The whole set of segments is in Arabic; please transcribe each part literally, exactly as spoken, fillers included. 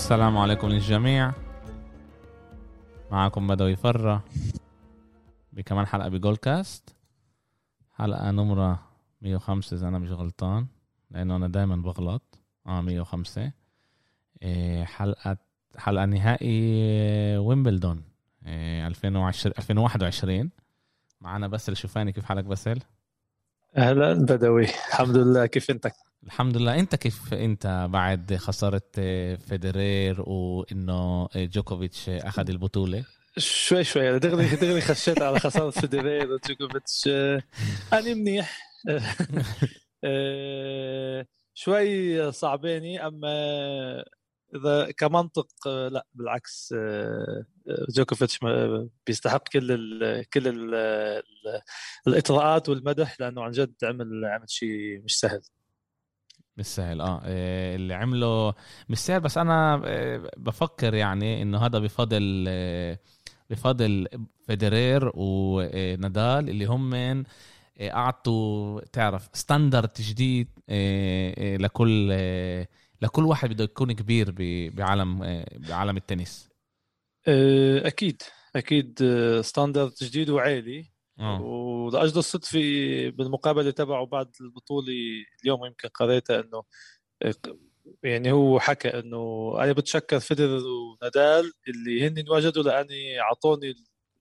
السلام عليكم للجميع. معكم بدوي فرة بكمان حلقة بجول كاست، حلقة نمرة مية وخمسة إذا أنا مش غلطان، لأنه أنا دايما بغلط. آه مية وخمسة. إيه حلقة حلقة نهائي ويمبلدون إيه ألفين وعشرين ألفين وواحد وعشرين. معنا باسل شوفاني. كيف حالك باسل؟ أهلا بدوي، الحمد لله. كيف أنت؟ الحمد لله. انت كيف انت بعد خسارة فيدرير وانه جوكوفيتش اخذ البطولة؟ شوي شوي دغري دغري خشيت على خسارة فيدرير وجوكوفيتش. أنا منيح. شوي صعباني، أما إذا كمنطق لا بالعكس. جوكوفيتش بيستحق كل ال كل ال الإطراءات والمدح، لأنه عن جد عمل عمل شيء مش سهل. مش سهل. اه اللي عمله مش سهل، بس انا بفكر يعني انه هذا بفضل بفضل فيدرير ونادال اللي هم من اعطوا تعرف ستاندرد جديد لكل لكل واحد بده يكون كبير بعالم بعالم التنس. اكيد اكيد ستاندرد جديد وعالي. اه ولأجل الصدفة بالمقابلة تبعه بعد البطولة اليوم يمكن قريتها انه يعني هو حكى انه انا بتشكر فيدرر ونادال اللي هن وجدوا لاني اعطوني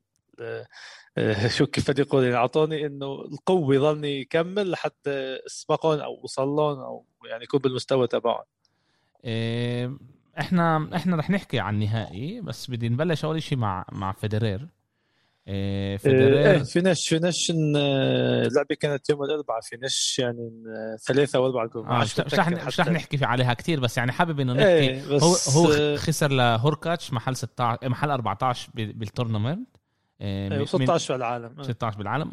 شو كيف بدي اقول، يعني اعطوني انه القوه يضلني يكمل لحتى اسبقهم او وصلون او يعني يكون بالمستوى تبعهم. إيه احنا احنا رح نحكي عن النهائي، بس بدي نبلش اول شيء مع مع فيدرير. إيه ايه فيدرير فينش فينش إن اللعبه كانت يوم الاربعاء، فينش يعني ثلاثة واربعة جول ما اه عادش مش مش رح بتذكر مش رح حتى. نحكي عليها كتير، بس يعني حابب انه نحكي. ايه هو بس هو آه، خسر لهوركاتش محل ستة عشر محل أربعة عشر بالتورنمنت. إيه ايه من و16 في العالم. ايه. ستة عشر بالعالم،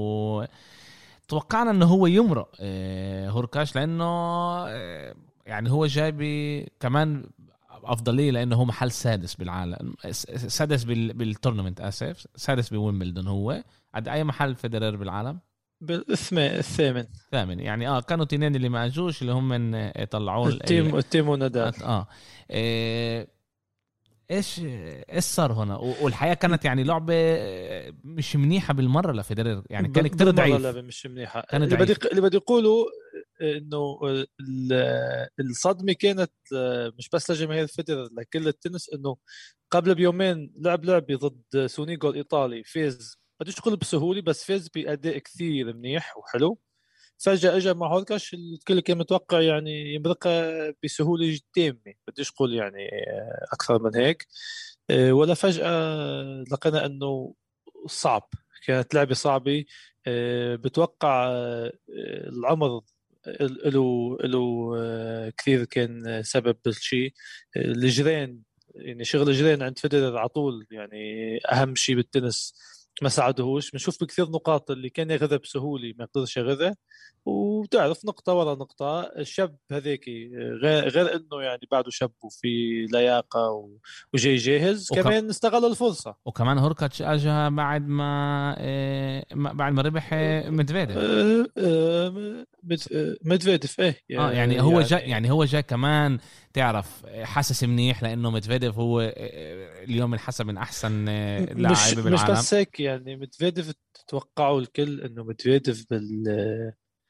وتوقعنا انه هو يمرق إيه هوركاتش، لانه إيه يعني هو جايب كمان افضليه، لانه هو محل سادس بالعالم، سادس بال... بالتورنمنت اسف سادس بويمبلدون. هو عند اي محل فيدرر بالعالم؟ بالثامن الثامن. ثامن. يعني اه كانوا تنين اللي ما اجوش، اللي هم من طلعوا ال... التيم التيم ونادال. اه إيه... ايش ايش صار هنا؟ والحياه كانت يعني لعبه مش منيحه بالمره لفيدرر، يعني كان كتير بالمره ضعيف. اللعبه مش منيحه. كان اللي بدي ضعيف. اللي بدي اقوله انه ال- الصدمه كانت مش بس لجماهير فيدرر، لكل التنس، انه قبل بيومين لعب لعبه ضد سونيجو الايطالي، فاز بديش اقول بسهوله بس فاز باداء كثير منيح وحلو. فجاه اجى مع هوركاش الكل كان متوقع يعني يمرقها بسهوله تامه، بديش اقول يعني اكثر من هيك. ولا فجاه لقينا انه صعب. كانت لعبة صعبة. آه، بتوقع آه، العمر له له آه، كثير كان سبب بالشيء. آه، الجرين، يعني شغل الجرين عند فيدرر على طول، يعني أهم شيء بالتنس ما ساعدهوش. بنشوف بكثير نقاط اللي كان يغذى بسهولة ما يقدرش يغذى، وبتعرف نقطة ورا نقطة. الشاب هذيك غير, غير انه يعني بعده شاب وفي لياقة و- وجاي جاهز، وكم... كمان استغل الفرصة. وكمان هوركاتش اجى بعد ما إيه... بعد ما ربح إيه، ميدفيديف. آه، آه، ميد- آه، ميدفيديف ايه اه يعني هو جاي يعني. يعني هو جاي كمان تعرف حاسس منيح، لانه ميدفيديف هو اليوم الحسب من احسن مش لاعب مش بالعالم. بس هيك، يعني ميدفيديف توقعوا الكل انه ميدفيديف بال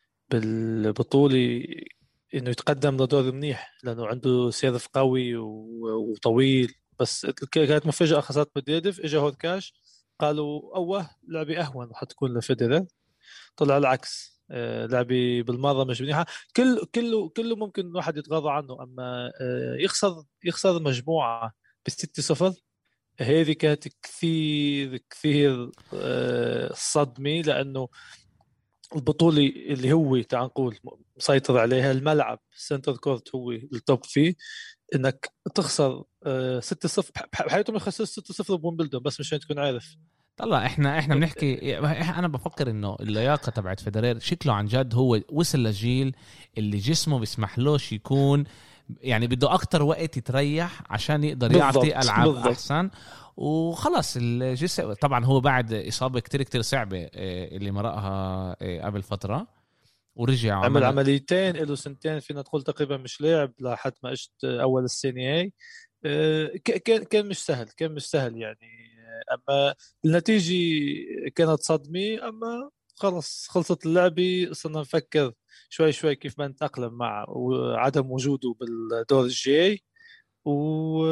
بالبطولة انه يتقدم لدور منيح، لانه عنده سيرف قوي و- وطويل. بس كانت مفاجأة خسارة ميدفيديف. اجى هوركاش قالوا اوه لعبة اهون حتكون لفيدرر، طلع العكس. آه، لعبة بالمرة مش منيحة. كل كله كله ممكن الواحد يتغاضى عنه، أما آه، يخسر يخسر مجموعة بستة صفر. هذه كانت كثير كثير آه، صدمة، لأنه البطولة اللي هو تعال نقول مسيطر عليها، الملعب سنتر كورت هو التوب فيه، انك تخسر آه، ستة صفر. بحياتهم يخسر ستة صفر بومبلدون، بس مشان تكون عارف. طلع احنا احنا بنحكي. انا بفكر انه اللياقه تبعت فيدرير شكله عن جد هو وصل لجيل اللي جسمه بيسمحلوش يكون، يعني بده اكتر وقت يتريح عشان يقدر يعطي بالضبط العاب بالضبط. احسن. وخلص الجسم طبعا هو بعد اصابه كتير كتير صعبه آه، اللي مرقها آه، قبل فتره، ورجع عمل وعمل. عمليتين له سنتين، فينا تقول تقريبا مش لاعب لحد ما اجت اول السنه هاي. كان كان مش سهل كان مش سهل يعني. اما النتيجة كانت صدمة، اما خلص خلصت اللعبة، صرنا نفكر شوي شوي كيف ما نتأقلم مع عدم وجوده بالدور الجاي، و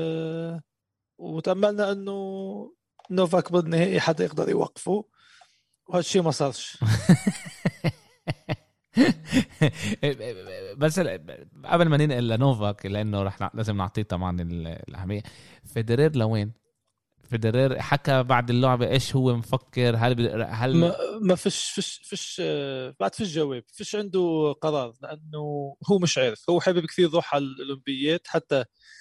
وتأملنا انه نوفاك بالنهائي حدا يقدر يوقفه، وهالشيء ما صارش. بس قبل ما ننقل لنوفاك، لانه رح لازم نعطيه طبعا الاهميه، فيدرير لوين؟ فيدرير حكى بعد اللعبه ايش هو مفكر؟ هل هل ما ما فيش فيش فيش آه، بعد فيش جواب، فيش عنده قرار، لانه هو مش عارف. هو حابب كثير يروح على الاولمبيات، حتى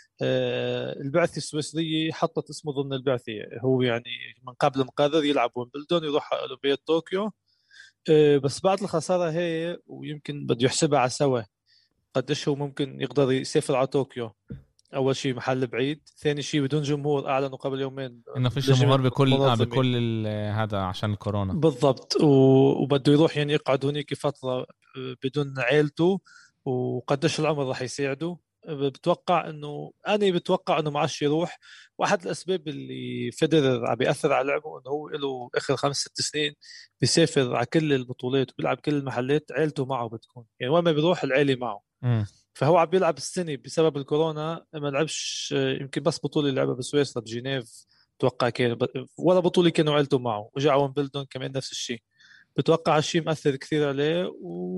آه، البعثة السويسرية حطت اسمه ضمن البعثة. هو يعني من قبل مقرر يلعب ويمبلدون، يروح على اولمبياد طوكيو. آه، بس بعد الخسارة هي، ويمكن بده يحسبها على سوا قديش هو ممكن يقدر يسافر على طوكيو. اول شيء محل بعيد، ثاني شيء بدون جمهور، اعلنوا قبل يومين انه فيش لجنة جمهور بكل اه المنظمة. بكل ال- هذا عشان الكورونا. بالضبط، و- وبده يروح يعني يقعد هناك فترة بدون عيلته، وقديش العمر راح يساعده. بتوقع انه انا بتوقع انه ما عادش يروح. واحد الاسباب اللي فيدرر عم بياثر على لعبه انه هو له اخر خمس ست سنين بيسافر على كل البطولات وبيلعب كل المحلات، عيلته معه بتكون، يعني وين ما بيروح العيله معه. امم فهو عم بيلعب السنه بسبب الكورونا، ما لعبش يمكن بس بطوله لعبها بسويسرا بجنيف. توقع كان ب- ولا بطوله كانوا عيلته معه، وجا على ويمبلدون كمان نفس الشيء. بتوقع هالشيء مأثر كثير عليه،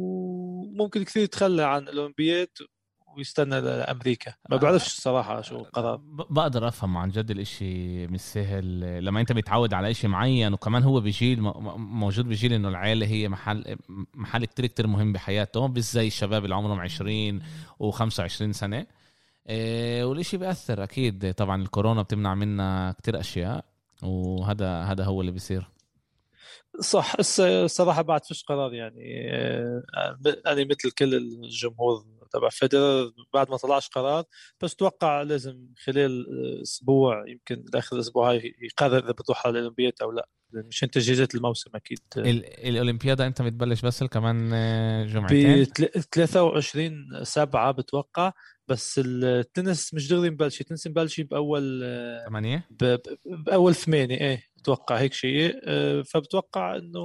وممكن كثير يتخلى عن الأولمبياد ويستنى لأمريكا. ما بعرفش الصراحة شو القرار. ب- بقدر افهم عن جد الاشي مش سهل لما انت متعود على اشي معين، وكمان هو بجيل م- م- موجود بجيل انه العيلة هي محل محل كتير كتير مهم بحياته، مش زي الشباب اللي عمرهم عشرين وخمسة وعشرين سنة. إيه، والاشي بيأثر اكيد. طبعا الكورونا بتمنع منا كتير اشياء، وهذا هذا هو اللي بيصير. صح. الس- الصراحة بعد فيش قرار يعني. آه، أنا مثل كل الجمهور تبع فيدرر بعد ما طلعش قرار. بس توقع لازم خلال أسبوع، يمكن آخر الأسبوع هاي، يقرر إذا بتروح على الأولمبياد أو لا، مشان تجهيزات الموسم أكيد. ال- الاولمبيادا انت بتبلش بس كمان آه، ب جمعتين. ثلاثة وعشرين سبعة بتوقع. بس التنس مش دغري مبلش، التنس مبلش بأول ثمانية. ب- ب- بأول ثمانية، ايه بتوقع هيك شيء. آه، فبتوقع انه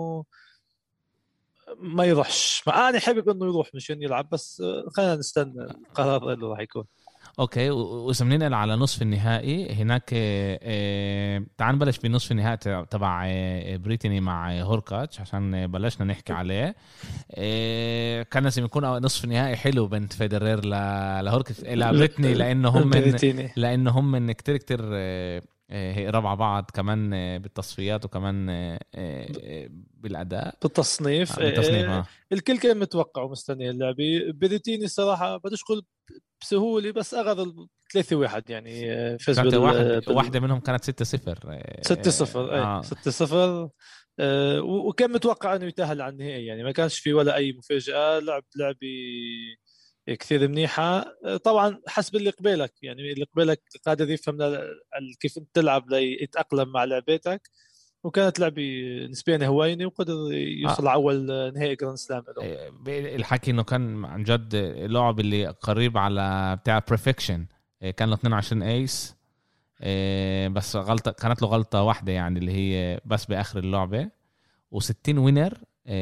ما يروحش. ما انا حابب انه يروح مشان يلعب، بس آه، خلينا نستنى القرار اللي راح يكون. اوكي، و- واذا بننقل على نصف النهائي هناك، آه، آه، تعال نبلش بنصف النهائي تبع آه، بريتني مع آه، هوركاتش، عشان آه، بلشنا نحكي عليه. آه، كان لازم يكون نصف نهائي حلو بين فيدرير ل- لهوركاتش لبريتني، لانه هم من بريتيني لانه هم من كتير كتير آه، آه، هي قراب على بعض، كمان آه، بالتصفيات، وكمان آه، آه، بالاداء. بالتصنيف. آه، بالتصنيف آه، اه الكل كان متوقع ومستني اللعبة. بريتيني الصراحة بديش اقول بسهولة، بس أخذ ثلاثة واحد يعني. آه، فاز ثلاثة بال واحد، بال واحدة منهم كانت ستة صفر. ستة صفر. اي اه ستة صفر. آه، و- وكان متوقع انه يتأهل على النهائي يعني. ما كانش في ولا اي مفاجأة. لعب لعبة كثير منيحة. آه، طبعا حسب اللي قبالك يعني، اللي قبالك قادر يفهم ل- ال- كيف انت تلعب ليتأقلم مع لعبتك. وكانت لعبة نسبيا هوينة، وقدر اه يوصل على اول نهائي جراند سلام له. الحكي انه كان عن جد لعب اللي قريب على بتاع بريفكشن. كان له اثنين وعشرين ايس، بس غلطة كانت له غلطة واحدة يعني، اللي هي بس بآخر اللعبة. و60 وينر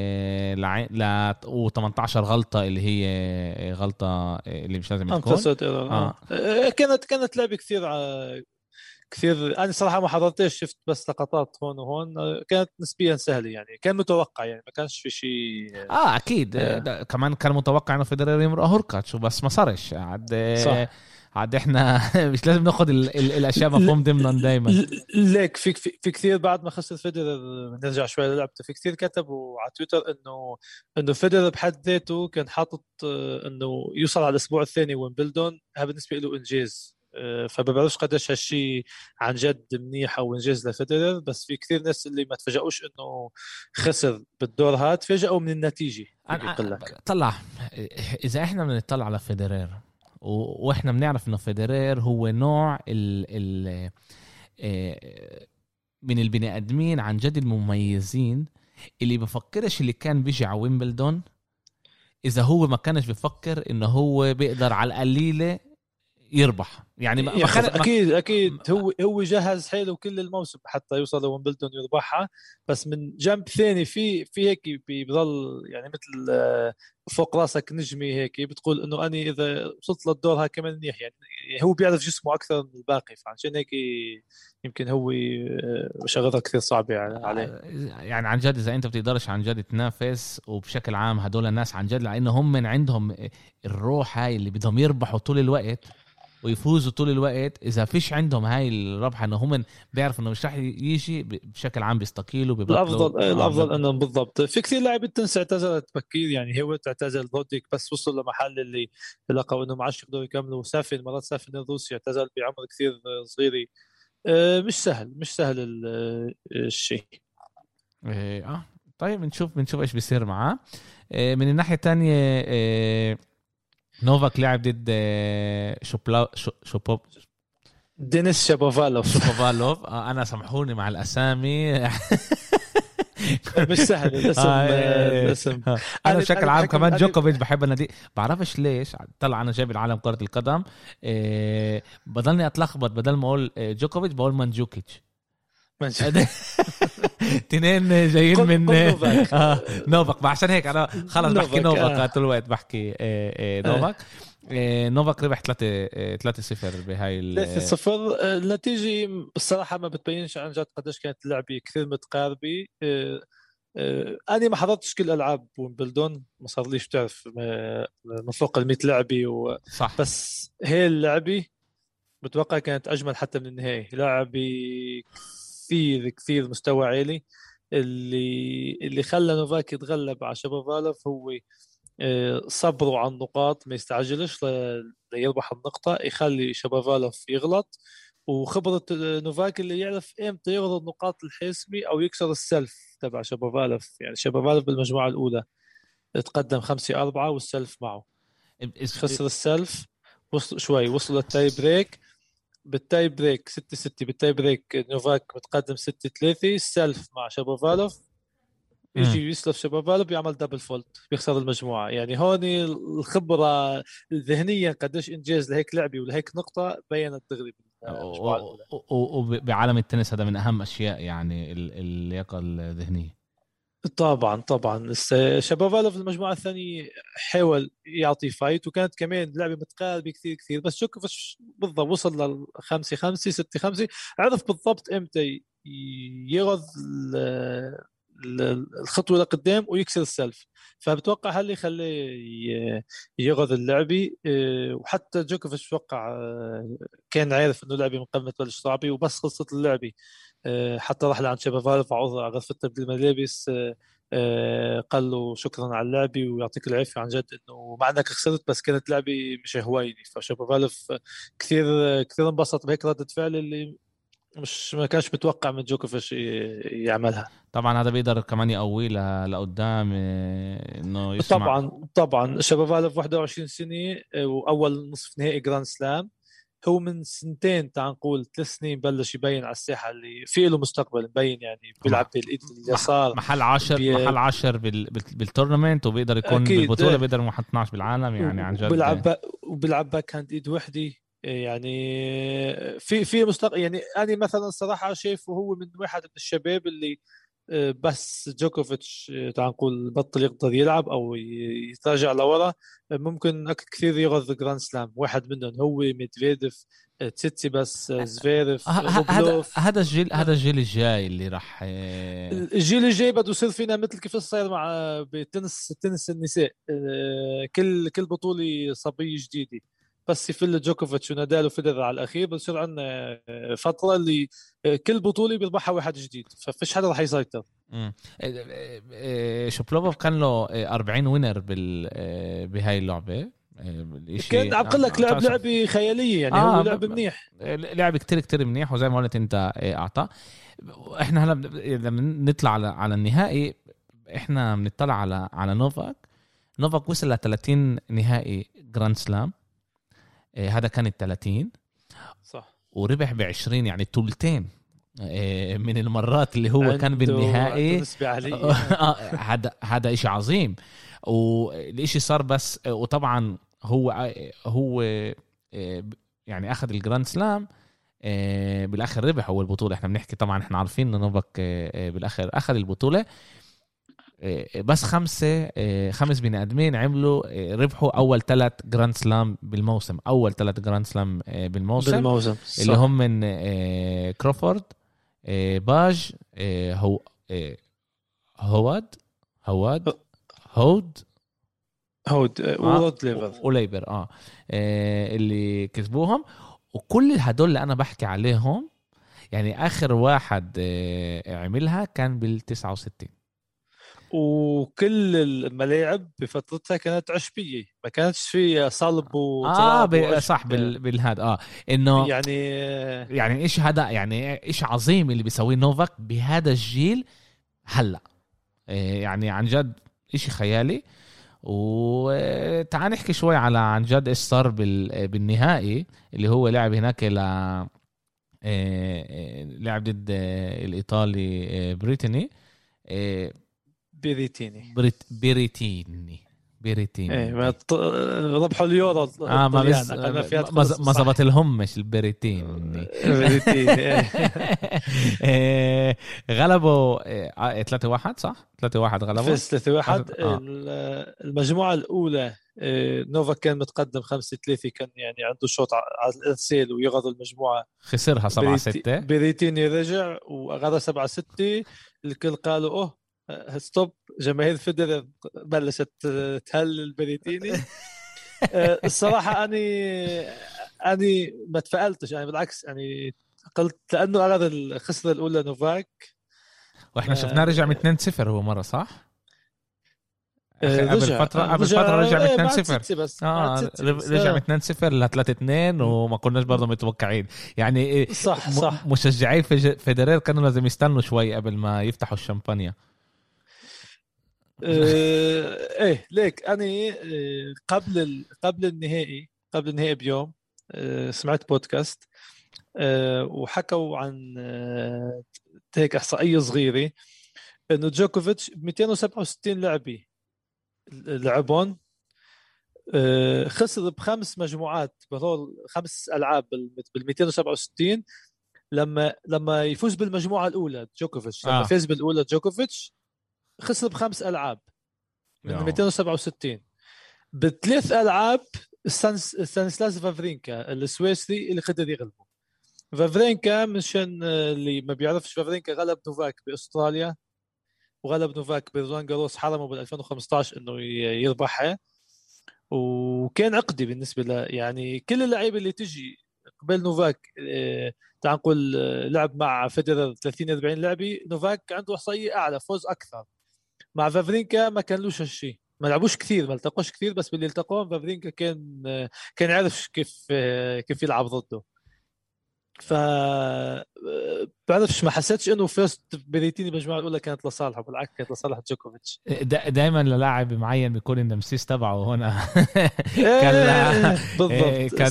ل و18 غلطة اللي هي غلطة اللي مش لازم تكون. انفسد اه. اه آه، كانت كانت لعبة كثير ع- كثير. انا صراحه ما حضرتش، شفت بس لقطات هون وهون. كانت نسبيا سهله يعني، كان متوقع يعني، ما كانش في شيء. اه اكيد. آه، ده كمان كان متوقع انه فيدرر يمرق هوركاتش، وبس ما صارش عاد. صح. عاد احنا مش لازم ناخد ال ال الاشياء مفهوم ضمنا دايما. ل- ليك في في في كثير بعد ما خسر فيدرر، نرجع شوي للعبته، في كثير كتبوا على تويتر انه انه فيدرر بحد ذاته كان حاطط آه، انه يوصل على الاسبوع الثاني ويمبلدون. هذا بالنسبه له انجاز. آه، فما بعرفش قديش هالشيء عن جد منيح او انجاز لفيدرر. بس في كثير ناس اللي ما تفاجئوش انه خسر بالدور هذا، تفاجئوا من النتيجه فيك يقول أنا لك. طلع، اذا احنا بنطلع على فيدرير، و- واحنا بنعرف انه فيدرير هو نوع ال ال آه، من البني ادمين عن جد المميزين، اللي بفكرش اللي كان بيجي على ويمبلدون اذا هو ما كانش بيفكر انه هو بيقدر على القليله يربح يعني ما ياخذ خل... اكيد اكيد هو هو جهز حاله كل الموسم حتى يوصل لويمبلدون يربحها. بس من جنب ثاني في في هيك بيضل يعني مثل آه، فوق راسك نجمي هيك بتقول انه انا اذا وصلت للدور ها كمان منيح يعني. هو بيعرف جسمه اكثر من الباقي فعشان هيك يمكن هو آه، شغلته كثير صعبه يعني عليه. يعني عن جد اذا انت بتقدرش عن جد تنافس وبشكل عام هدول الناس عن جد لانه هم من عندهم الروح هاي اللي بدهم يربحوا طول الوقت ويفوزوا طول الوقت. اذا فيش عندهم هاي الربحه انه هم بيعرفوا انه مش راح يجي بشكل عام بيستقيلوا ببطلوا. الافضل الافضل انه بالضبط في كثير لاعب التنس اعتزلت بكير يعني هو اعتزل فوديك بس وصل لمحل اللي لقوا انه ما عادش يقدروا يكملوا. سافن مرات سافن الروسي اعتزل بعمر كثير صغير. مش سهل مش سهل الشيء. إيه اه طيب بنشوف بنشوف ايش بيصير معاه. إيه من الناحيه الثانيه إيه نوفاك لعب ضد شوبلا شو شوبوب دينيس شابوفالوف. شوبوفالوف آه انا سامحوني مع الاسامي مش سهل الاسم. آه الاسم آه. انا بشكل عام كمان جوكوفيتش بحب النادي بعرفش ليش طلع انا جايب العالم كرة القدم إيه بضلني اتلخبط بدل ما اقول جوكوفيتش بقول مانجوكيتش تنين جايين من نوفاك. آه نوفاك عشان هيك انا خلص بحكي نوفاك آه. طول الوقت بحكي إيه إيه نوفاك. إيه نوفاك ربح ثلاثة ثلاثة صفر بهاي ثلاثة صفر. النتيجة الصراحة ما بتبينش عن جد قديش كانت اللعبة كثير متقاربة. أنا ما حضرتش كل ألعاب ويمبلدون ما صار ليش بتعرف من فوق المئة لعبة و... صح. بس هي اللعبة بتوقع كانت أجمل حتى من النهاية. لعبة كثير كثير مستوى عالي. اللي اللي خلى نوفاك يتغلب على شابوفالوف هو صبره على النقاط ما يستعجلش ليربح النقطة يخلي شابوفالوف يغلط. وخبرة نوفاك اللي يعرف امتى يغلط النقاط الحاسمة او يكسر السلف تبع شابوفالوف. يعني شابوفالوف بالمجموعة الاولى تقدم خمسة أربعة والسلف معه خسر السلف وصل شوي وصل للتاي بريك. بالتاي بريك ستة ستة بالتاي بريك نوفاك متقدم ستة ثلاثة السلف مع شابوفالوف يجي يسلف شابوفالوف بيعمل دبل فولت بيخسر المجموعة. يعني هون الخبرة الذهنية قديش إنجاز لهيك لعبة ولهيك نقطة بينت دغري بالمجموعة الأولى. وبعالم التنس هذا من أهم أشياء يعني اللياقة الذهنية. طبعا طبعا شابوفالوف في المجموعة الثانية حاول يعطي فايت وكانت كمان لعبة متقاربة كثير كثير. بس جوكوفيتش بالضبط وصل للخمسة خمسة ستة خمسة عرف بالضبط امتى يغض الخطوه لقدام ويكسر السلف. فبتوقع هل يخليه يغض اللعبه. وحتى جوكوفيتش توقع كان عارف انه لعبه من قبل ما تبلش صعبه وبس خلصت اللعبه حتى راح لعند شابوفالوف على غرفه تبديل الملابس قال له شكرا على اللعبه ويعطيك العافيه عن جد انه مع انك خسرت بس كانت لعبه مش هوايني. فشابوفالوف كثير كثير انبسط بهيك ردة فعل اللي مش ما كانش متوقع من جوكوفيتش يعملها. طبعا هذا بيقدر كمان يقوي لقدام انه يسمع. طبعا طبعا شابوفالوف واحد وعشرين سنه واول نصف نهائي جراند سلام. هو من سنتين تعال نقول ثلاث سنين بلش يبين على الساحه اللي في له مستقبل مبين. يعني بيلعب بالايد اليسار محل عشر بي... محل عشر بال... بالتورنمنت وبيقدر يكون أكيد. بالبطوله بيقدر محل اثناشر بالعالم يعني عن جد. وبيلعب وبيلعب باك هاند ايد وحده يعني في في مستقبل. يعني انا مثلا صراحه شايفه هو من واحد من الشباب اللي بس جوكوفيتش تعال نقول بطل يقدر يلعب او يتراجع لورا ممكن كثير يغض جراند سلام. واحد منهم هو ميدفيديف تسيتسي بس زفيرف هذا هذا الجيل هذا الجيل الجاي اللي راح الجيل الجاي بده يصير فينا مثل كيف صاير مع بتنس تنس النساء كل كل بطوله صبيه جديده بس يفل جوكوفيتش ونادال وفيدرر على الأخير بصير عندنا فترة اللي كل بطولة بيربحها واحد جديد ففيش حدا رح يسيطر. شوبلوفوف كان له أربعين وينر بال بهاي اللعبة. كان عم قل لك لعب لعبة خيالية يعني آه هو لعب منيح لعب كتير كتير منيح وزي ما قلت أنت أعطى. إحنا هلا لما نطلع على على النهائي إحنا بنطلع على على نوفاك. نوفاك وصل ل ثلاثين نهائي جراند سلام. هذا كان الثلاثين صح وربح بعشرين يعني تلتين من المرات اللي هو كان بالنهائي. هذا هذا إشي عظيم والإشي صار بس. وطبعا هو هو يعني اخذ الجراند سلام بالاخر ربح هو البطوله. احنا بنحكي طبعا احنا عارفين ان نوفاك بالاخر اخذ البطوله، بس خمسه خمس بني ادمين عملوا ربحوا اول ثلاث جراند سلام بالموسم، اول ثلاث جراند سلام بالموسم, بالموسم. اللي هم من كروفورد، باج، هو هواد هواد هود هود ورود ليفر وليبر اه اللي كسبوهم. وكل هدول اللي انا بحكي عليهم يعني اخر واحد عملها كان بالتسعة وستين، وكل الملاعب بفترتها كانت عشبية، ما كانتش في صلب وتراب اه صح بال... بالهاد اه انه يعني يعني ايش هذا، يعني ايش عظيم اللي بيسويه نوفاك بهذا الجيل هلا، يعني عن جد اشي خيالي. وتعال نحكي شوي على عن جد ايش صار بال... بالنهائي اللي هو لعب هناك ل لعب ضد الايطالي بريتني بيريتيني بريت... بيريتيني بيريتيني ايه ربحوا اليورو اه ما بس ما زبط لهم مش البريتيني بريتيني غلبوا ثلاثة واحد صح ثلاثة واحد غلبوا فاز ثلاثة واحد. المجموعة الأولى نوفا كان متقدم خمسة ثلاثة، كان يعني عنده شوط على الارسال ويغض المجموعة، خسرها سبعة ستة. بريتيني رجع وغدا سبعة ستة. الكل قالوا اوه ستوب، جماهير فيدرر بلشت تهلل بريتيني. الصراحة أني أني ما تفائلتش يعني، بالعكس يعني قلت لأنه أراد الخسرة الأولى نوفاك، وإحنا شفناه رجع من اثنين صفر هو مرة صح؟ قبل رجع فترة قبل رجع فترة رجع من ايه اثنين صفر بس آه رجع من اثنين صفر ل ثلاثة اثنين وما كناش برضه متوقعين يعني. صح صح مشجعي فيدرير كانوا لازم يستنوا شوي قبل ما يفتحوا الشامبانيا. ايه ليك انا قبل قبل النهائي قبل النهائي بيوم سمعت بودكاست وحكوا عن هيك احصائيه صغيره انه جوكوفيتش مئتين وسبعة وستين لعبه لعبون، خسر بخمس مجموعات بهول خمس العاب بال مئتين وسبعة وستين. لما لما يفوز بالمجموعه الاولى جوكوفيتش لما آه. فاز بالاولى جوكوفيتش خسر بخمس العاب من مئتين وسبعة وستين. بثلاث العاب ستانيسلاس فافرينكا السويسري اللي قدر يغلبه. فافرينكا مشان اللي ما بيعرفش، فافرينكا غلب نوفاك باستراليا وغلب نوفاك برولان جاروس، حرمه بال ألفين وخمسة عشر انه يربحها، وكان عقدي بالنسبه له. يعني كل اللعيبه اللي تجي قبل نوفاك اه تعال نقول لعب مع فيدرر ثلاثين أربعين لعبه، نوفاك عنده احصائيه اعلى، فوز اكثر. مع فافرينكا ما كان لوش هالشيء، ما لعبوش كثير، ما التقوش كثير، بس باللي التقوهم فافرينكا كان كان عارف كيف كيف يلعب ضده. ف بعرفش، ما حسيتش انه فيرست بريتيني بالمجموعه الاولى كانت لصالحه، بالعكس كانت لصالح جوكوفيتش. دائما للاعب معين بيكون النمسيس تبعه هنا كان لا بالضبط كان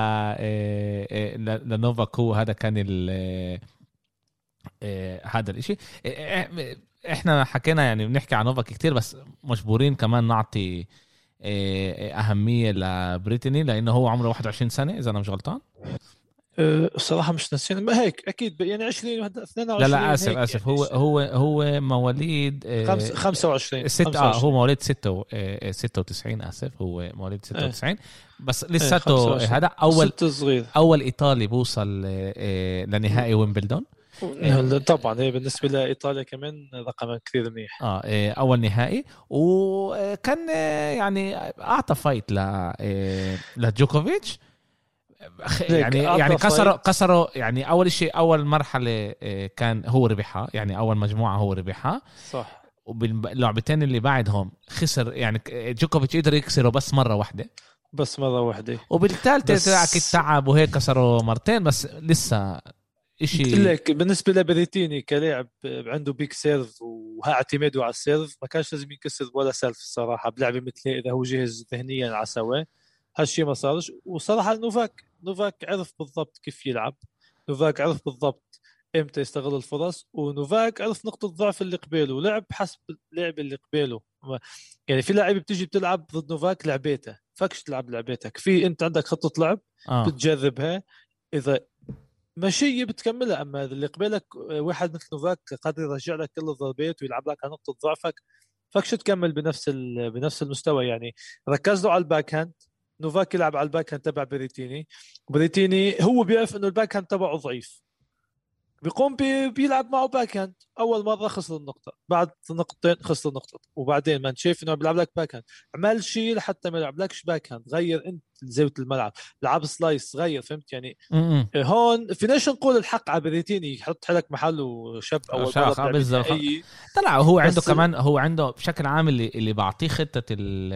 لا لنوفاك هو هذا كان هذا الاشي. احنا حكينا يعني بنحكي عن نوفاك كتير، بس مجبورين كمان نعطي اهميه لبريتني لانه هو عمره واحد وعشرين سنه اذا انا مش غلطان. الصراحه مش ناسين، ما هيك اكيد يعني عشرين اثنين وعشرين. لا لا اسف اسف يعني هو هو هو مواليد خمسة وعشرين ستة اه هو مواليد ستة ستة وتسعين اسف هو مواليد ستة وتسعين بس لساته هذا اول اول ايطالي بوصل لنهائي ويمبلدون. طبعا هي بالنسبه لايطاليا كمان رقم كثير منيح. اه اول نهائي، وكان يعني اعطى فايت ل لجوكوفيتش يعني يعني كسروا كسروا يعني اول شيء اول مرحله كان هو ربحها، يعني اول مجموعه هو ربحها صح، وباللعبتين اللي بعدهم خسر، يعني جوكوفيتش قدر يكسره بس مره واحده بس مره واحده وبالثالثه بس... اكيد تعب وهيك كسروا مرتين، بس لسه إشي لك بالنسبه لبريتيني كلاعب عنده بيك سيرف وها اعتماده على السيرف، ما كانش لازم يكسر ولا سيرف الصراحه بلعبه مثل اذا هو جاهز ذهنيا على سواه، هالشيء ما صارش. وصراحه نوفاك نوفاك عرف بالضبط كيف يلعب، نوفاك عرف بالضبط امتى يستغل الفرص، ونوفاك عرف نقطه الضعف اللي قباله ولعب حسب اللعب اللي قباله. يعني في لاعب بتيجي بتلعب ضد نوفاك لعبيته فكش تلعب لعبيتك في انت عندك خطة لعب اه بتجربها اذا ماشي بتكملها. اما اللي قبلك واحد مثل نوفاك قادر يرجع لك كل الضربات ويلعب لك على نقطة ضعفك فكش تكمل بنفس ال... بنفس المستوى. يعني ركز له على الباك هاند. نوفاك يلعب على الباك هاند تبع بريتيني. بريتيني هو بيعرف انه الباك هاند تبعه ضعيف بيقوم بي... بيلعب معه باك هاند. اول مره خسر النقطه بعد نقطتين خسر النقطه وبعدين ما انت شايف انه بيلعب لك باك هاند عمل شيء لحتى ما يلعب لكش باك هاند. غير انت زاويه الملعب لعب سلايس غير فهمت يعني. امم هون فيناش نقول الحق على بريتيني يحط حالك محله شاب اول مره شاخ بلعبه بالظبط. نهائيه. طلع هو عنده بس كمان هو عنده بشكل عام اللي اللي بعطيه خطه ال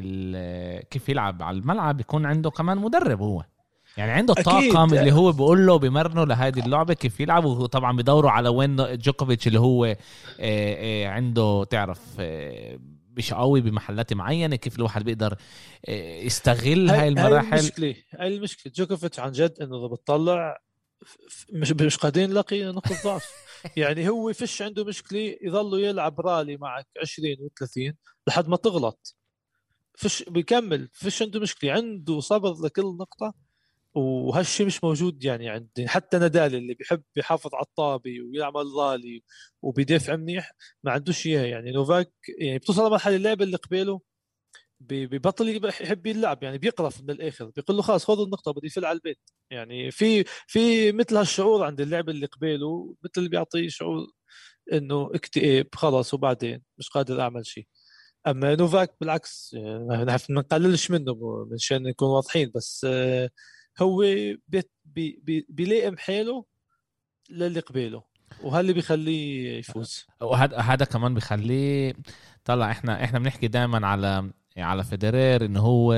ال كيف يلعب على الملعب بيكون عنده كمان مدرب هو يعني عنده الطاقم اكيد اللي هو بيقول له بمرنه لهذه اللعبه كيف يلعب. وطبعا بيدوروا على وين جوكوفيتش اللي هو آه، آه، عنده تعرف آه، مش قوي بمحلات معينه كيف الواحد بيقدر آه، يستغل هاي هاي هاي المراحل. المشكله هاي المشكله جوكوفيتش عن جد انه اذا بتطلع ف- مش مش قادرين نلاقي نقطة ضعف. يعني هو فيش عنده مشكلة يظل يلعب رالي معك عشرين و30 لحد ما تغلط. فيش بيكمل فيش عنده مشكلة عنده صبر لكل نقطة. وهالشي مش موجود يعني عندي. حتى نادال اللي بيحب يحافظ على الطابي ويعمل رالي وبيدافع منيح ما عندوش اياها. يعني نوفاك يعني بتوصل لمرحلة اللعب اللي قباله بي- ببطل يبقى يحب يلعب. يعني بيقرف من الاخر بيقول له خلاص خذ النقطه بدي يفل على البيت. يعني في في مثل هالشعور عند اللاعب اللي قباله مثل اللي بيعطيه شعور انه اكتئاب خلاص وبعدين مش قادر اعمل شيء. اما نوفاك بالعكس يعني ما ما نقللش منه من شان نكون واضحين. بس آه، هو بيت- بي بي بيلائم حاله للي قباله وهاللي بيخليه يفوز. وهذا هذا كمان بيخليه طلع. احنا احنا بنحكي دائما على على فيدرير انه هو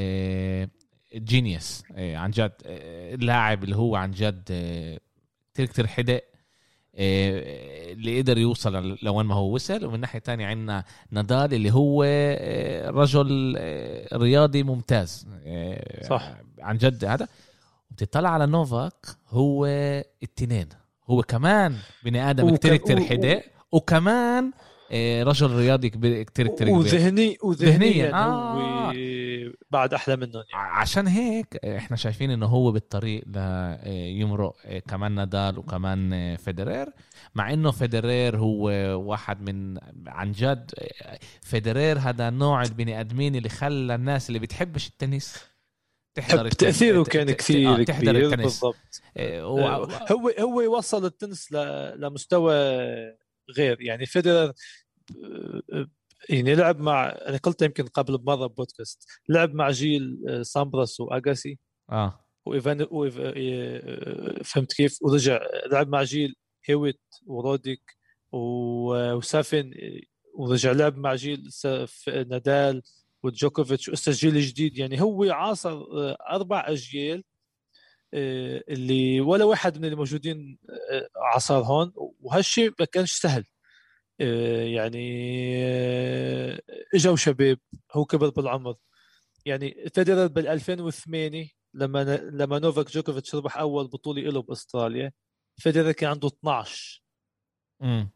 جينيوس عن جد آه، اللاعب اللي هو عن جد آه، كتير كتير حدق آه، اللي قدر يوصل لوين ما هو وصل. ومن ناحية تانية عندنا نادال اللي هو آه، رجل آه، رياضي ممتاز صح. آه، عن جد هذا. وبتطلع على نوفاك هو التنين هو كمان بني آدم كتير وكم كتير حدق وكمان آه، رجل رياضي كبير كتير كتير كبير وذهني ذهنيا. وذهنيا هو آه بعد احلى منهم يعني. عشان هيك احنا شايفين انه هو بالطريق ليمرق كمان نادال وكمان فيدرير. مع انه فيدرير هو واحد من عن جد فيدرير هذا نوع البني ادمين اللي خلى الناس اللي بتحبش التنس تحضر حب تأثيره التنس. كان اه كثير تحضر كبير التنس. بالضبط. هو هو يوصل التنس ل- لمستوى غير. يعني فيدرر يعني لعب مع انا قلت يمكن قبل بمره بودكاست لعب مع جيل سامبراس واغاسي اه وايفان وإيف... إيه، فهمت كيف. ورجع لعب مع جيل هيويت وروديك و- وسافن. ورجع لعب مع جيل ساف... نادال وجوكوفيتش واستا جيل جديد. يعني هو عاصر آه، اربع اجيال آه، اللي ولا واحد من الموجودين آه، عصر هون. وهالشيء ما كانش سهل. آه، يعني آه، اجوا شباب هو كبر بالعمر. يعني فيدرر بال ألفين وثمانية لما لما نوفاك جوكوفيتش ربح اول بطوله له باستراليا فيدرر كان عنده اثناشر. امم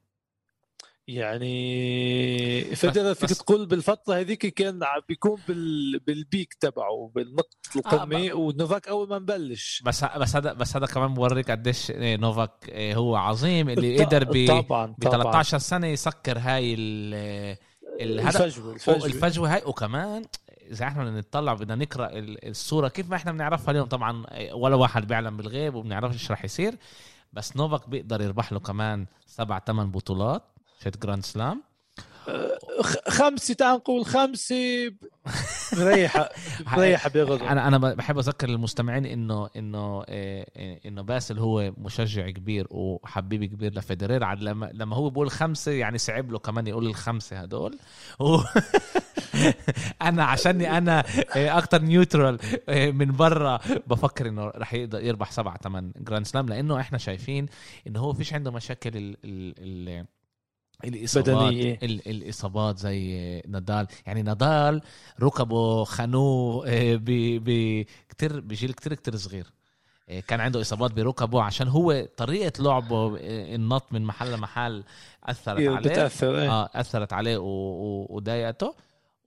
يعني بس فيدرر فيك بس تقول بالفتره هذيك كان عم بيكون بال... بالبيك تبعه بالنقطه آه القمه. ونوفاك اول ما نبلش بس بس هذا بس هذا كمان بوريك قديش إيه، نوفاك إيه، هو عظيم اللي قدر ط- ب طبعا ب طبعا ثلاثة عشر سنه يسكر هاي ال ال- هذا الفجوه الفجوه الفجوه هاي. وكمان اذا احنا بدنا نطلع بدنا نقرا ال- الصوره كيف ما احنا بنعرفها اليوم. طبعا إيه، ولا واحد بيعلم بالغيب وبنعرفش ايش راح يصير. بس نوفاك بيقدر يربح له كمان سبع ثمان بطولات شت جراند سلام. خ- خمسه تعال نقول خمسه مريحه مريحه بيغضوا. انا انا بحب اذكر المستمعين انه انه إيه، انه باسل هو مشجع كبير وحبيب كبير لفيدرير. عاد لما لما هو بيقول خمسه يعني صعب له كمان يقول الخمسه هدول و... انا عشاني انا إيه، اكتر نيوترال إيه، من برا بفكر انه رح يقدر يربح سبعة ثمان جراند سلام. لانه احنا شايفين انه هو فيش عنده مشاكل ال... ال... ال... الإصابات بدنيه. ال- الإصابات زي نادال. يعني نادال ركبه خانوه آه، ب ب كتير بجيل كتير كتير صغير كان عنده إصابات بركبه عشان هو طريقة لعبه النط من محل لمحل أثرت عليه بتأثر ايه. آه أثرت عليه وضايقته.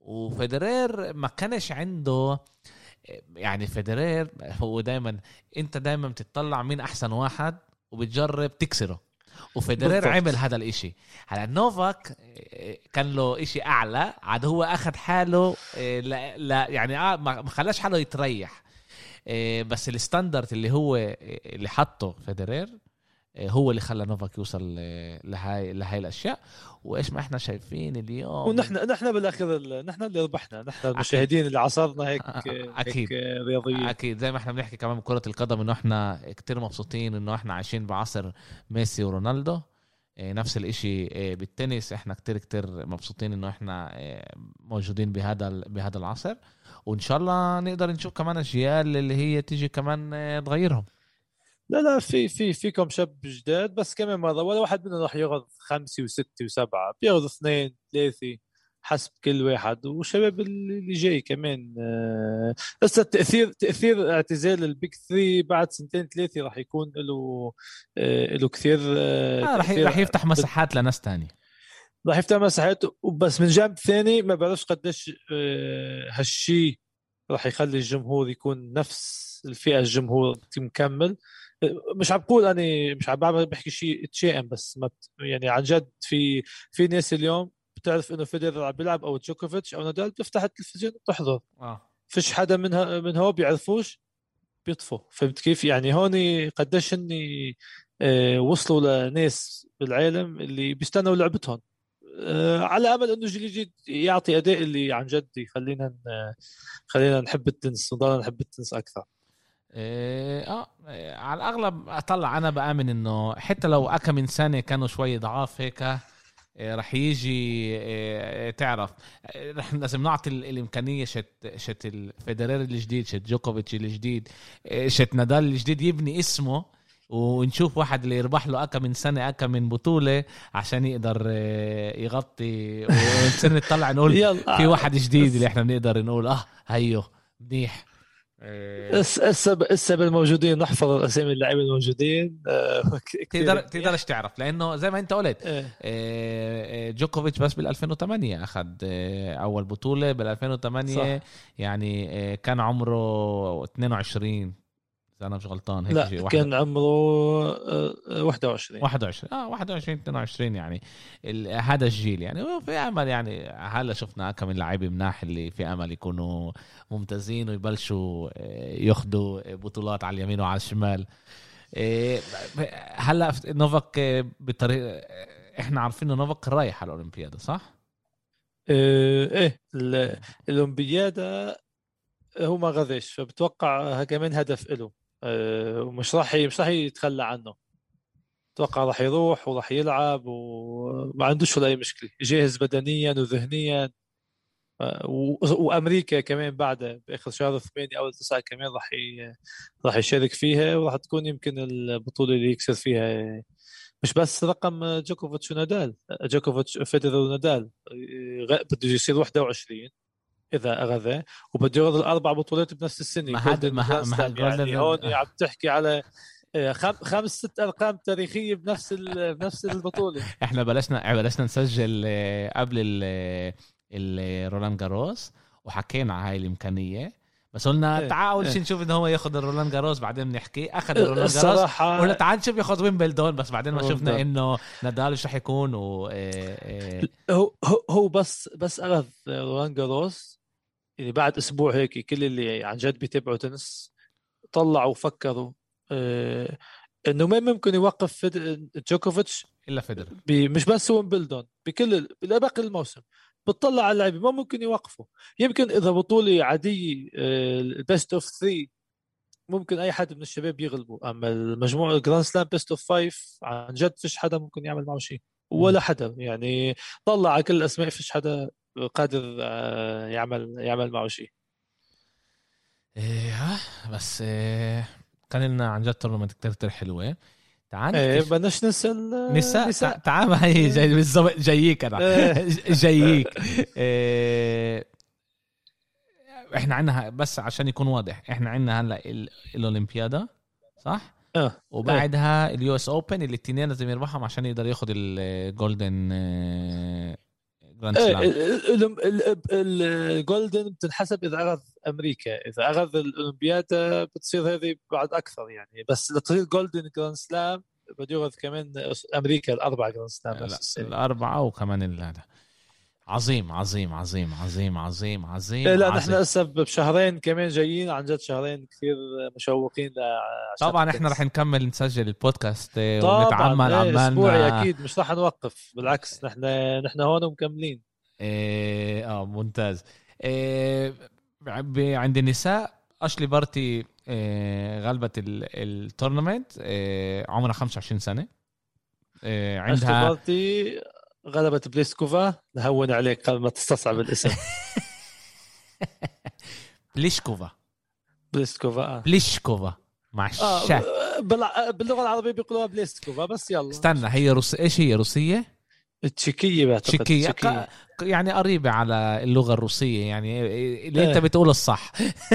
وفيدرير ما كانش عنده يعني فيدرير هو دايما انت دايما بتطلع مين احسن واحد وبتجرب تكسره وفيدرير بالضبط. عمل هذا الاشي. هلا نوفاك كان له اشي اعلى عاد هو اخذ حاله لا, لا يعني ما خلاش حاله يتريح بس الستاندرد اللي هو اللي حطه فيدرير هو اللي خلى نوفاك يوصل لهاي لهاي الاشياء. وايش ما احنا شايفين اليوم ونحن نحن بالاخير نحن اللي ربحنا نحن المشاهدين اللي عصرنا هيك اكيد هيك رياضيين. اكيد زي ما احنا بنحكي كمان بكرة القدم انه احنا كتير مبسوطين انه احنا عايشين بعصر ميسي ورونالدو. نفس الاشي بالتنس احنا كتير كتير مبسوطين انه احنا موجودين بهذا بهذا العصر وان شاء الله نقدر نشوف كمان اجيال اللي هي تيجي كمان تغيرهم. لا لا في في فيكم شاب جداد بس كمان مرة ولا واحد منهم راح ياخذ خمسة وستة وسبعة بياخذ اثنين ثلاثة حسب كل واحد والشباب اللي جاي كمان. بس التأثير تأثير اعتزال البيك ثري بعد سنتين ثلاثة راح يكون له له كثير آه راح راح يفتح مساحات لناس تاني راح يفتح مساحات. وبس من جانب ثاني ما بعرفش قديش هالشي راح يخلي الجمهور يكون نفس الفئة الجمهور مكمل. مش عم بقول أنا مش عم بحكي شيء تشائم بس ما بت... يعني عن جد في في ناس اليوم بتعرف إنه فيدرر عم بيلعب أو جوكوفيتش أو نادال بتفتح التلفزيون وتحضر. آه. فيش حدا منها من هو بيعرفوش بيطفوا. فهمت كيف يعني هون قديش إني آه وصلوا لناس بالعالم اللي بيستنوا لعبتهم آه على أمل إنه جيل جديد يعطي أداء اللي عن جد يخلينا خلينا نحب التنس وضلنا نحب التنس أكثر. إيه اه على الاغلب اطلع انا بامن انه حتى لو اكا من سنه كانوا شوي ضعاف هيك إيه رح يجي إيه تعرف إيه رح لازم نعطي الامكانيه شت شت الفيدرير الجديد شت جوكوفيتش الجديد إيه شت نادال الجديد يبني اسمه ونشوف واحد اللي يربح له اكا من سنه اكا من بطوله عشان يقدر إيه يغطي ونصير نطلع نقول في واحد جديد اللي احنا بنقدر نقول اه هيو منيح. السبب السبب الموجودين نحفظ الاسامي اللاعبين الموجودين تقدر تقدرش تعرف لانه زي ما انت قلت اه. جوكوفيتش بس بال ألفين وثمانية اخذ اول بطوله بال ألفين وثمانية صح. يعني كان عمره اثنين وعشرين انا مش غلطان هيك لا شيء كان عمره واحد وعشرين واحد وعشرين اه واحد وعشرين اثنين وعشرين يعني هذا الجيل يعني في امل يعني هلا شفنا كم لاعبين مناح اللي في امل يكونوا ممتازين ويبلشوا ياخذوا بطولات على اليمين وعلى الشمال. هلا نوفاك بطريقه احنا عارفين انه نوفاك رايح على الاولمبياده صح؟ ايه الاولمبياده هو ما غذيش فبتوقع كمان هدف له ومش راح مش راح يتخلى عنه. اتوقع راح يروح وراح يلعب وما عندوش ولا اي مشكله جاهز بدنيا وذهنيا. وامريكا كمان بعد باخر شهر ثمانية او تسعة كمان راح ي... راح يشارك فيها وراح تكون يمكن البطوله اللي يكسر فيها مش بس رقم جوكوفيتش ونادال. جوكوفيتش فيدرر ونادال بده يصير واحد وعشرين إذا أخذه وبده ياخذ الأربع بطولات بنفس السنة. ما هاد ما هاد يعني هون عم تحكي على خم خمس ست أرقام تاريخية بنفس بنفس البطولة. إحنا بلشنا بلشنا نسجل قبل ال رولان جاروس وحكينا على هاي الإمكانية بس قلنا إيه. تعال أول شيء نشوف إنه هو ياخذ الرولان جاروس بعدين بنحكي أخذ الرولان جاروس ولا تعال نشوف ياخذ ويمبلدون بس بعدين ما شفنا إنه نادال إيش رح يكون و هو هو بس بس أخذ رولان جاروس يعني بعد أسبوع هيك كل اللي عن جد بيتابعوا تنس طلعوا وفكروا آه إنه ما ممكن يوقف جوكوفيتش إلا فيدرر مش بس ويمبلدون بكل باقي الموسم. بتطلع على اللعيبه ما ممكن يوقفوا. يمكن اذا بطوله عاديه البيست اوف ثري ممكن اي حد من الشباب يغلبوا اما المجموعه الجراند سلام بيست اوف فايف عن جد فيش حدا ممكن يعمل معه شيء ولا حدا يعني طلع على كل الاسماء فيش حدا قادر يعمل يعمل معه شيء. ايه بس إيه كان لنا عن جد تورنمنت كتير كتير حلوه. تعال ايه بدناش ننسى النساء نساء تعال هي جاي بالضبط جاييك انا جاييك إيه احنا عندنا بس عشان يكون واضح احنا عندنا هلا الاولمبيادا صح؟ اه وبعدها اليو اس اوبن اللي التنين لازم يربحهم عشان يقدر ياخد الجولدن جراند ايه سلام. الجولدن بتنحسب اذا اخذ امريكا، اذا اخذ الاولمبياد بتصير هذه بعد اكثر يعني، بس لتصير جولدن جراند سلام بده ياخذ كمان امريكا الاربع جراند سلام نفس السنه. الاربعه وكمان هذا. عظيم عظيم عظيم عظيم عظيم إيه عظيم لا نحن عظيم. لسه بشهرين كمان جايين، عن جد شهرين كثير مشوقين لعشان طبعا احنا رح التنس. نكمل نسجل البودكاست طبعا ونتعمل ايه اسبوعي عمالنا. اكيد مش راح نوقف، بالعكس نحن نحن هون ومكملين. إيه اه ممتاز. إيه ب- عند النساء اشلي بارتي إيه غلبت التورنمنت، إيه عمرها خمسة وعشرين سنة. إيه اشلي عندها بارتي غلبت بليسكوفا، نهون عليك قبل ما تستصعب الاسم. بليشكوفا. بليسكوفا اه, بليشكوفا مع آه الشا. بال- باللغه العربيه بيقولوها بليسكوفا، بس يلا مش استنى، هي مشكله. روس ايش هي روسية؟ تشيكيه بعتقد تشيكية ق- تشيكيه. يعني قريبة على اللغة الروسية يعني. اللي انت ايه بتقوله الصح.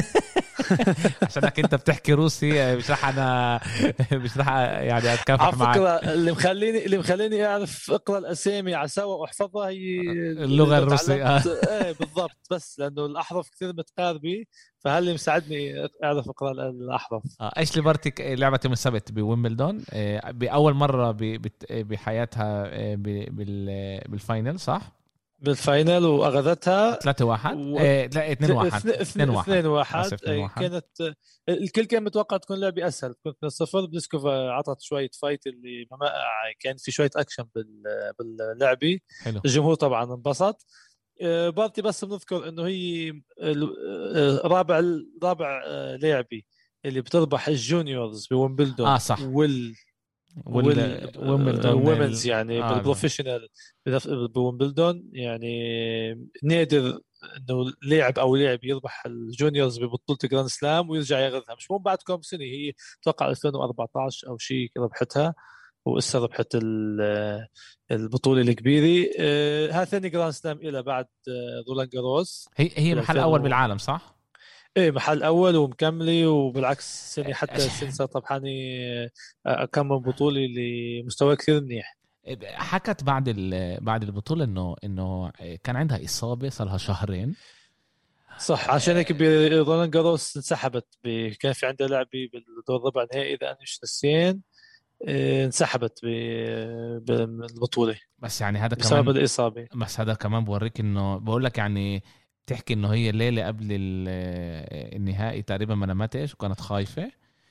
عشانك انت بتحكي روسي مش رح انا مش رح يعني اتكافح على معك. فكرة اللي مخليني اللي مخليني اعرف اقرا الاسامي على سوا واحفظها هي اللغة انه الروسية. تعلمت ايه بالضبط، بس لانه الاحرف كثير متقاربة، فهل مساعدني اعرف اقرا الاحرف. آه، ايش ليبرتي لعبت يوم السبت بويمبلدون، آه، باول مرة ب- بت- بحياتها آه، ب- بال- بالفاينل صح. بالفاينل واخذتها ثلاثة واحد و... لا اثنين واحد اثنين واحد اثنين واحد. اسف اثنين واحد. كانت الكل كان متوقع تكون لعبة اسهل، كنت من صفر. بلسكوفا عطت شوية فايت اللي ما كان في شوية اكشن بال... باللعبة. حلو. الجمهور طبعا انبسط. آه، بارتي بس بنذكر انه هي ال- آه، رابع رابع آه، لاعبة اللي بتربح الجونيورز بويمبلدون اه صح. وال وال ويمبلدون والومنز ال... يعني اه لا. بالبروفيشنال بويمبلدون يعني. نادر انه لاعب او لاعب يربح الجونيورز ببطوله جراند سلام ويرجع ياخذها، مش مو بعد كم سنه، هي اتوقع ألفين وأربعطعش او شيء ربحتها، وإسا ربحت ال- البطوله الكبيره. آه، هذا ثاني جراند سلام إلى بعد آه، رولان جاروس هي هي بال محل ألفين اول و... بالعالم صح. ايه محل اول ومكمله، وبالعكس السنه حتى السنه أش- صار طبحاني آه، كم من بطوله لمستوى كثير منيح. حكت بعد ال... بعد البطولة انه انه كان عندها اصابة صار لها شهرين. صح، عشان هيك برولان جاروس انسحبت ب... كان في عندها لعبه بالدور ربع نهائي اذا انا مش نسيان. إيه، انسحبت ب... بالبطوله بس يعني هذا بسبب كمان الاصابه. بس هذا كمان بوريك انه بقول لك يعني بتحكي انه هي الليله قبل ال- النهائي تقريبا ما نمتش وكانت خايفه.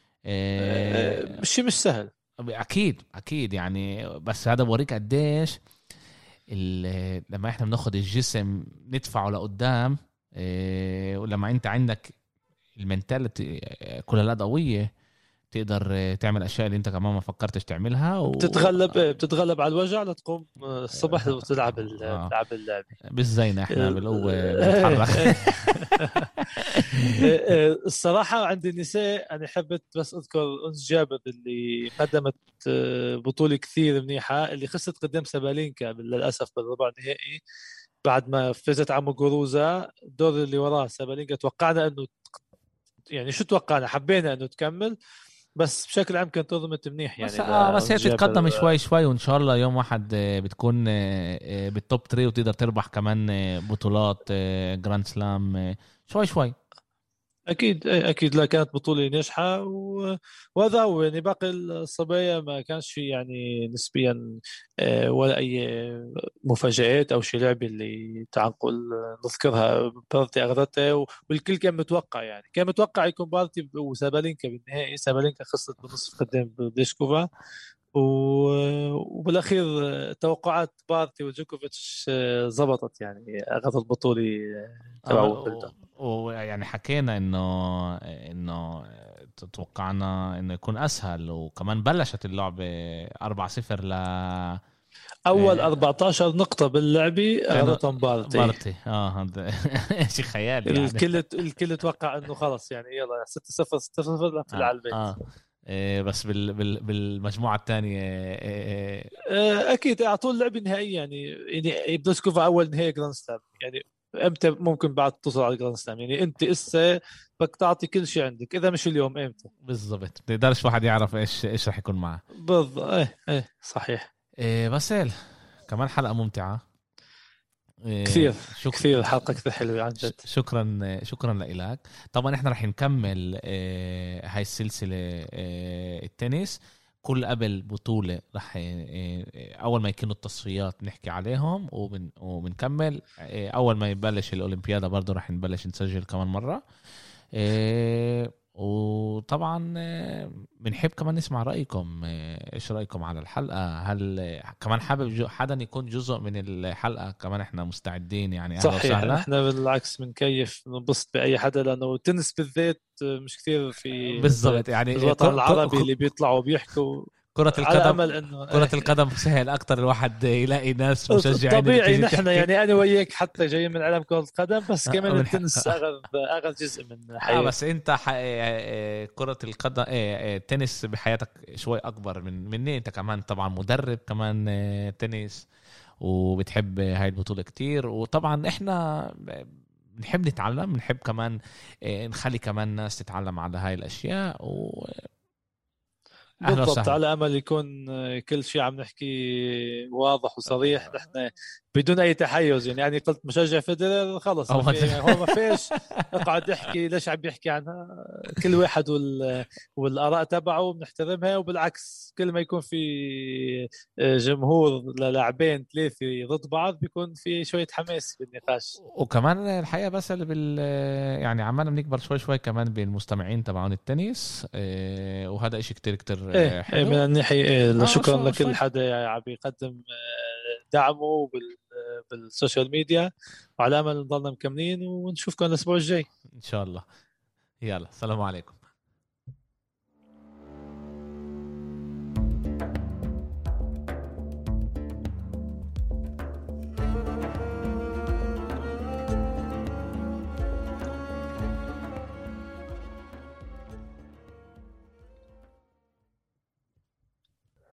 إيه، إيه، شيء مش سهل. اكيد اكيد يعني. بس هذا بوريك قديش ال- لما احنا بناخد الجسم ندفعه لقدام، إيه، ولما انت عندك المنتاليتي كلها قويه تقدر تعمل اشياء اللي انت كمان ما فكرتش تعملها و... بتتغلب إيه، بتتغلب على الوجع لتقوم الصبح وتلعب ال- آه. تلعب اللعبه. مش زينا احنا ال- بالقوة بنتحرك. الصراحة عند النساء أنا حبيت بس أذكر أنس جابر اللي قدمت آه، بطولة كثير منيحة، اللي خسرت قدام سابالينكا للأسف بالربع النهائي بعد ما فازت على مقروزة. الدور اللي وراه سابالينكا توقعنا أنه، يعني شو توقعنا، حبينا أنه تكمل، بس بشكل عام كان تنظمت منيح بس يعني اه بس لأنس هي جابر. تتقدم شوي شوي وان شاء الله يوم واحد آه، بتكون آه، آه، بالتوب ثلاثة وتقدر تربح كمان آه، بطولات آه، جراند سلام آه، شوي شوي. اكيد إيه، اكيد لا كانت بطوله ناجحه و... وهذا هو يعني. باقي الصبايا ما كانش في يعني نسبيا آه، ولا اي مفاجآت او شيء لعبه اللي تعقل نذكرها. بارتي اخذتها و- والكل كان متوقع، يعني كان متوقع يكون بارتي وسابالينكا بالنهائي. سابالينكا خسرت بنصف قدام بليشكوفا و... وبالاخير توقعات بارتي وجوكوفيتش آه، زبطت، يعني اخذ البطوله آه، تبع ويمبلدون. ويعني حكينا انه انه توقعنا انه يكون اسهل، وكمان بلشت اللعبة أربعة صفر ل اول آه، أربعطعش نقطة باللعبة كانوا اخذتهم بارتي. بارتي اه هذا شيء خيالي يعني. الكل الكل توقع انه خلص يعني يلا ستة صفر ستة صفر نطلع اه على البيت. اه إيه بس بال بال بالمجموعة الثانية إيه. آه، اكيد اعطوه اللعبة النهائية يعني. يعني بلوسكوفا اول نهائي جراند سلام يعني، امتى ممكن بعد توصل على الجراند سلام؟ يعني انت اسا بدك تعطي كل شيء عندك، اذا مش اليوم امتى؟ بالضبط، بتقدرش واحد يعرف ايش ايش رح يكون معه. بالضبط، ايه ايه صحيح. إيه باسل، كمان حلقة ممتعة. كثير إيه شك... كثير حلقة كثير حلوة عن ش- جد. شكرا شكرا لك. طبعا احنا رح نكمل إيه هاي السلسلة إيه التنس. كل قبل بطولة رح إيه أول ما يكونوا التصفيات نحكي عليهم وبن... وبنكمل. إيه أول ما يبلش الأولمبيادا برضو رح نبلش نسجل كمان مرة. إيه وطبعا آه، بنحب كمان نسمع رأيكم. آه، ايش رأيكم على الحلقة؟ هل آه، كمان حابب جو- حدا يكون جزء من الحلقة؟ كمان احنا مستعدين يعني، اهلا صحيح، وسهلا. احنا بالعكس بنكيف ننبسط بأي حدا، لأنه التنس بالذات مش كثير في بالضبط يعني آه، بالوطن ك- العربي ك- اللي بيطلعوا بيحكوا. كرة على القدم. أمل إنه كرة إيه. القدم سهل اكتر الواحد يلاقي ناس مشجعين اللي طبيعي تيجي نحن تحكي. يعني أنا وياك حتى جايين من عالم كرة القدم، بس آه، كمان بنح- التنس أخذ أخذ جزء من اه حياتي. بس انت ح... آه، آه، كرة القدم، آه، آه، التنس بحياتك شوي اكبر من مني. انت كمان طبعا مدرب كمان آه، تنس، وبتحب هاي البطولة كتير. وطبعا احنا بنحب نتعلم، بنحب كمان آه، نخلي كمان ناس تتعلم على هاي الاشياء. واهلا بالضبط، وسهلا. على امل يكون كل شيء عم نحكي واضح وصريح. نحن بدون اي تحيز، يعني انا قلت مشجع فيدرر خلص، ما أو في هو ما فيش اقعد احكي ليش عم بيحكي عنها. كل واحد وال... والاراء تبعه بنحترمها، وبالعكس كل ما يكون في جمهور للاعبين ثلاثه ضد بعض بيكون في شويه حماس بالنقاش. وكمان الحقيقة بس اللي بال يعني عمالنا بنكبر شوي شوي كمان بالمستمعين تبعون التنس. آه، وهذا إشي كتير كتير ايه آه، إيه، من حلو. الناحيه إيه، اه شكرا شو لكل شوي. حدا عم يقدم آه، دعمه بال آه، بالسوشيال ميديا، وعلى امل نضلنا مكملين ونشوفكم الاسبوع الجاي. ان شاء الله. يلا، سلام عليكم.